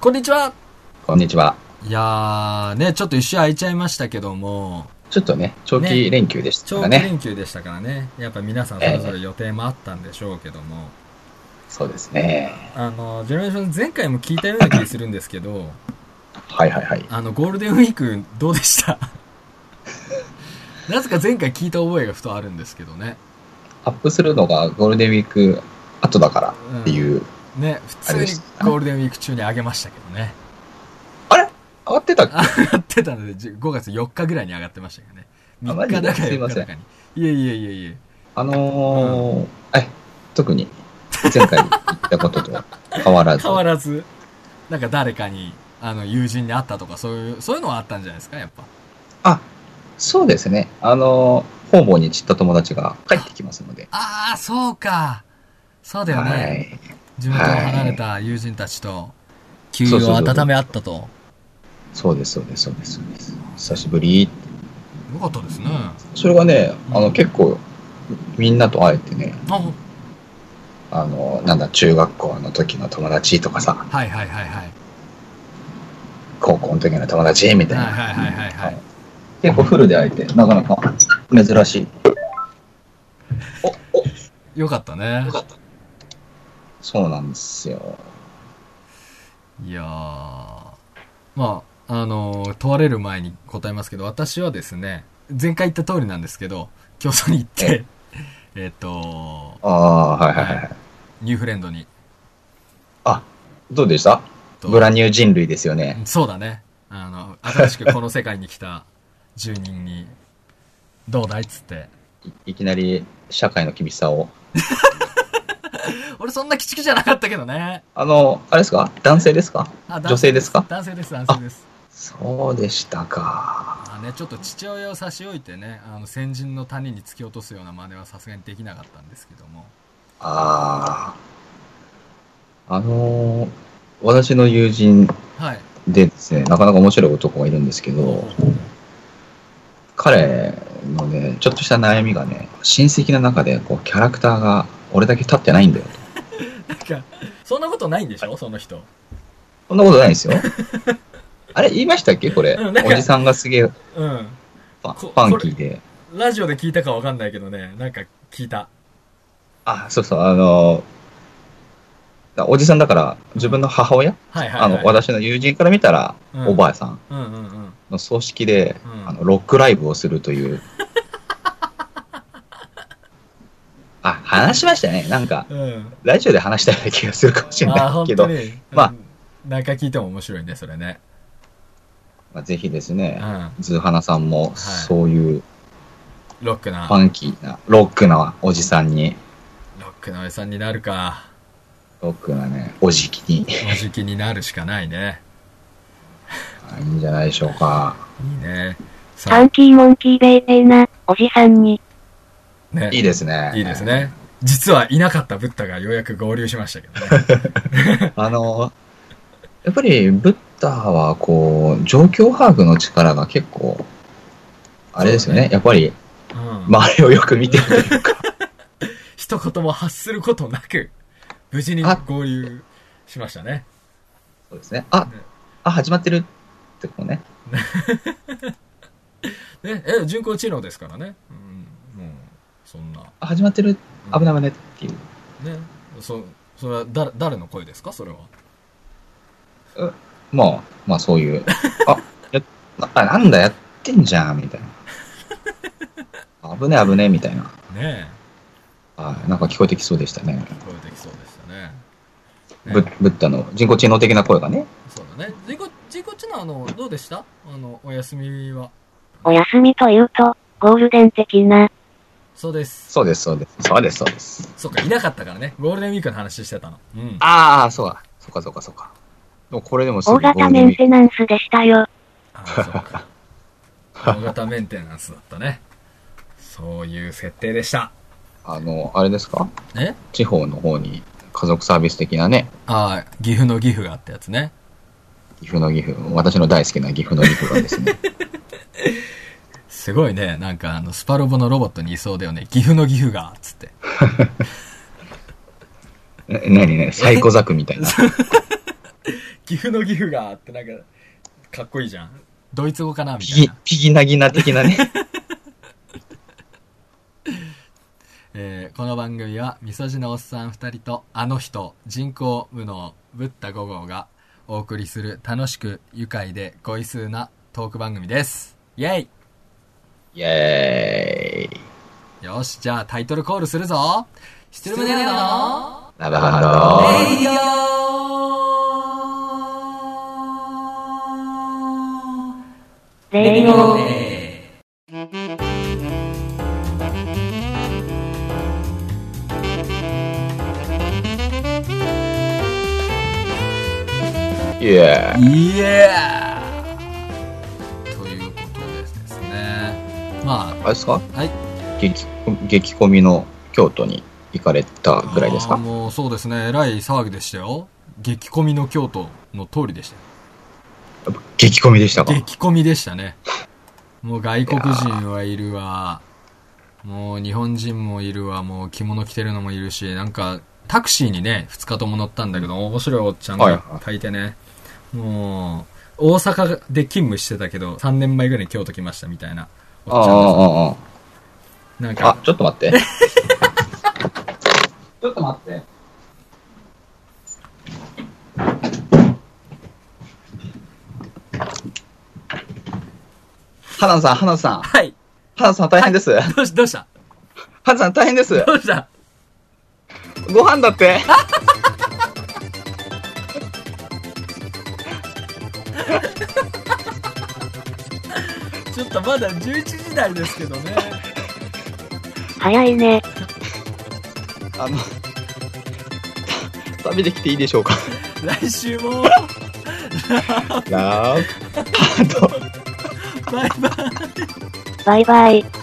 こんにちは。 こんにちは。 いやーね、ちょっと一周空いちゃいましたけども、 ちょっとね、長期連休でしたからね。 長期連休でしたからね。やっぱ皆さんそれぞれ予定もあったんでしょうけども。 そうですね。 ジェネレーション前回も聞いたような気するんですけど、 はいはいはい。 ゴールデンウィークどうでしたなぜか前回聞いた覚えがふとあるんですけどね。 アップするのがゴールデンウィーク後だからっていう。 ね、普通にゴールデンウィーク中に上げましたけどね。 あれ上がってたっけ？ 上がってたので、5月4日ぐらいに上がってましたけどね。3日だか4日だかに。いえいえいえいえ。 特に前回言ったことと変わらず。 変わらず。なんか誰かに、友人に会ったとか、そういうのはあったんじゃないですか、やっぱ。 あ、そうですね。方々に散った友達が帰ってきますので。 ああ、そうか。そうだよね。はい、地元を離れた友人たちと、給油を温め合ったと。 そうです。久しぶり。よかったですね。 それがね、結構、みんなと会えてね。中学校の時の友達とかさ。 はい。 高校の時の友達みたいな。 はい。 結構フルで会えて、なかなか珍しい。 よかったね。 そうなんですよ。 いやー。まあ、問われる前に答えますけど、私はですね、前回言った通りなんですけど、競争に行って、 はい。 ニューフレンドに。 あ、どうでした？ブラニュー人類ですよね。 そうだね。新しくこの世界に来た住人に、どうだいっつって。 いきなり社会の厳しさを。 俺そんな鬼畜じゃなかったけどね。 あれですか？男性ですか？女性ですか？ 男性です。 そうでしたか。 ちょっと父親を差し置いてね、先人の谷に突き落とすような真似はさすがにできなかったんですけども。 私の友人でですね、なかなか面白い男がいるんですけど、彼のね、ちょっとした悩みがね、親戚の中でこうキャラクターが俺だけ立ってないんだよと。 なんか、そんなことないんでしょ、その人。 そんなことないですよ。あれ、言いましたっけこれ。おじさんがすげえ、ファンキーで。 ラジオで聞いたかわかんないけどね、なんか聞いた。 あ、そうそう、おじさんだから自分の母親、私の友人から見たら、おばあさんの葬式で、ロックライブをするという。話しましたね。なんか、ラジオで話したような気がするかもしれないけど。 何回聞いても面白いね、それね。 ぜひですね、ズーハナさんも、そういう、 ロックな、 ファンキーな、ロックなおじさんに。 ロックなおじさんになるか。 ロックなね、おじきに。 おじきになるしかないね。 いいんじゃないでしょうか。 いいね。 ファンキーモンキーベイベーな、おじさんに。 ね。いいですね。 いいですね。実はいなかったブッダがようやく合流しましたけどね。 やっぱりブッダはこう状況把握の力が結構あれですよね。やっぱり周りをよく見てるというか、 一言も発することなく無事に合流しましたね。 そうですね。始まってるってことね。 ね、人工知能ですからね。もうそんな。 始まってる、危ないっていう。 ね、それは誰の声ですか、それは。 まあそういう、なんだやってんじゃんみたいな。危ねみたいな。 ねなんか聞こえてきそうでしたね。 聞こえてきそうでしたね。 ブッダの人工知能的な声がね。 そうだね。人工知能どうでした？お休みは。 お休みというと、ゴールデン的な。 そうです。 そうです。そうか、いなかったからね。ゴールデンウィークの話してたの。 そうか。これでもすぐ大型メンテナンスでしたよ。 そうか。大型メンテナンスだったね。そういう設定でした。 あれですか？地方の方に家族サービス的なね。 岐阜の岐阜があったやつね。 岐阜、私の大好きな岐阜の岐阜がですね。 すごいね。なんかスパロボのロボットにいそうだよね。岐阜の岐阜が、つって。 何サイコザクみたいな。 岐阜の岐阜がってなんか、かっこいいじゃん。ドイツ語かなみたいな。 ピギナギナ的なね。 この番組は、みそじのおっさん2人と、あの人、人工無能、ブッダ5号がお送りする楽しく愉快で恋数なトーク番組です。イェイイェーイ。 よし、じゃあタイトルコールするぞ。失礼ねのラバハロー。 レイヨーレイヨーイエーイエーということですね。まあ、 あれですか？ はい。 激混みの京都に行かれたぐらいですか？ もうそうですね。えらい騒ぎでしたよ。激混みの京都の通りでしたよ。 激混みでしたか？ 激混みでしたね。もう外国人はいるわ。もう日本人もいるわ。もう着物着てるのもいるし、なんかタクシーにね、2日とも乗ったんだけど、面白いおっちゃんがいてね。もう、大阪で勤務してたけど、3年前ぐらいに京都来ましたみたいなおっちゃんです。なんか。 ちょっと待って。ちょっと待って。花さん。 はい。 花さん大変です。はい、 どうした花さん大変です。 どうしたご飯だって。 ちょっとまだ11時台ですけどね。 早いね。 旅できていいでしょうか。 来週もラブハート。 バイバイ。 バイバイ。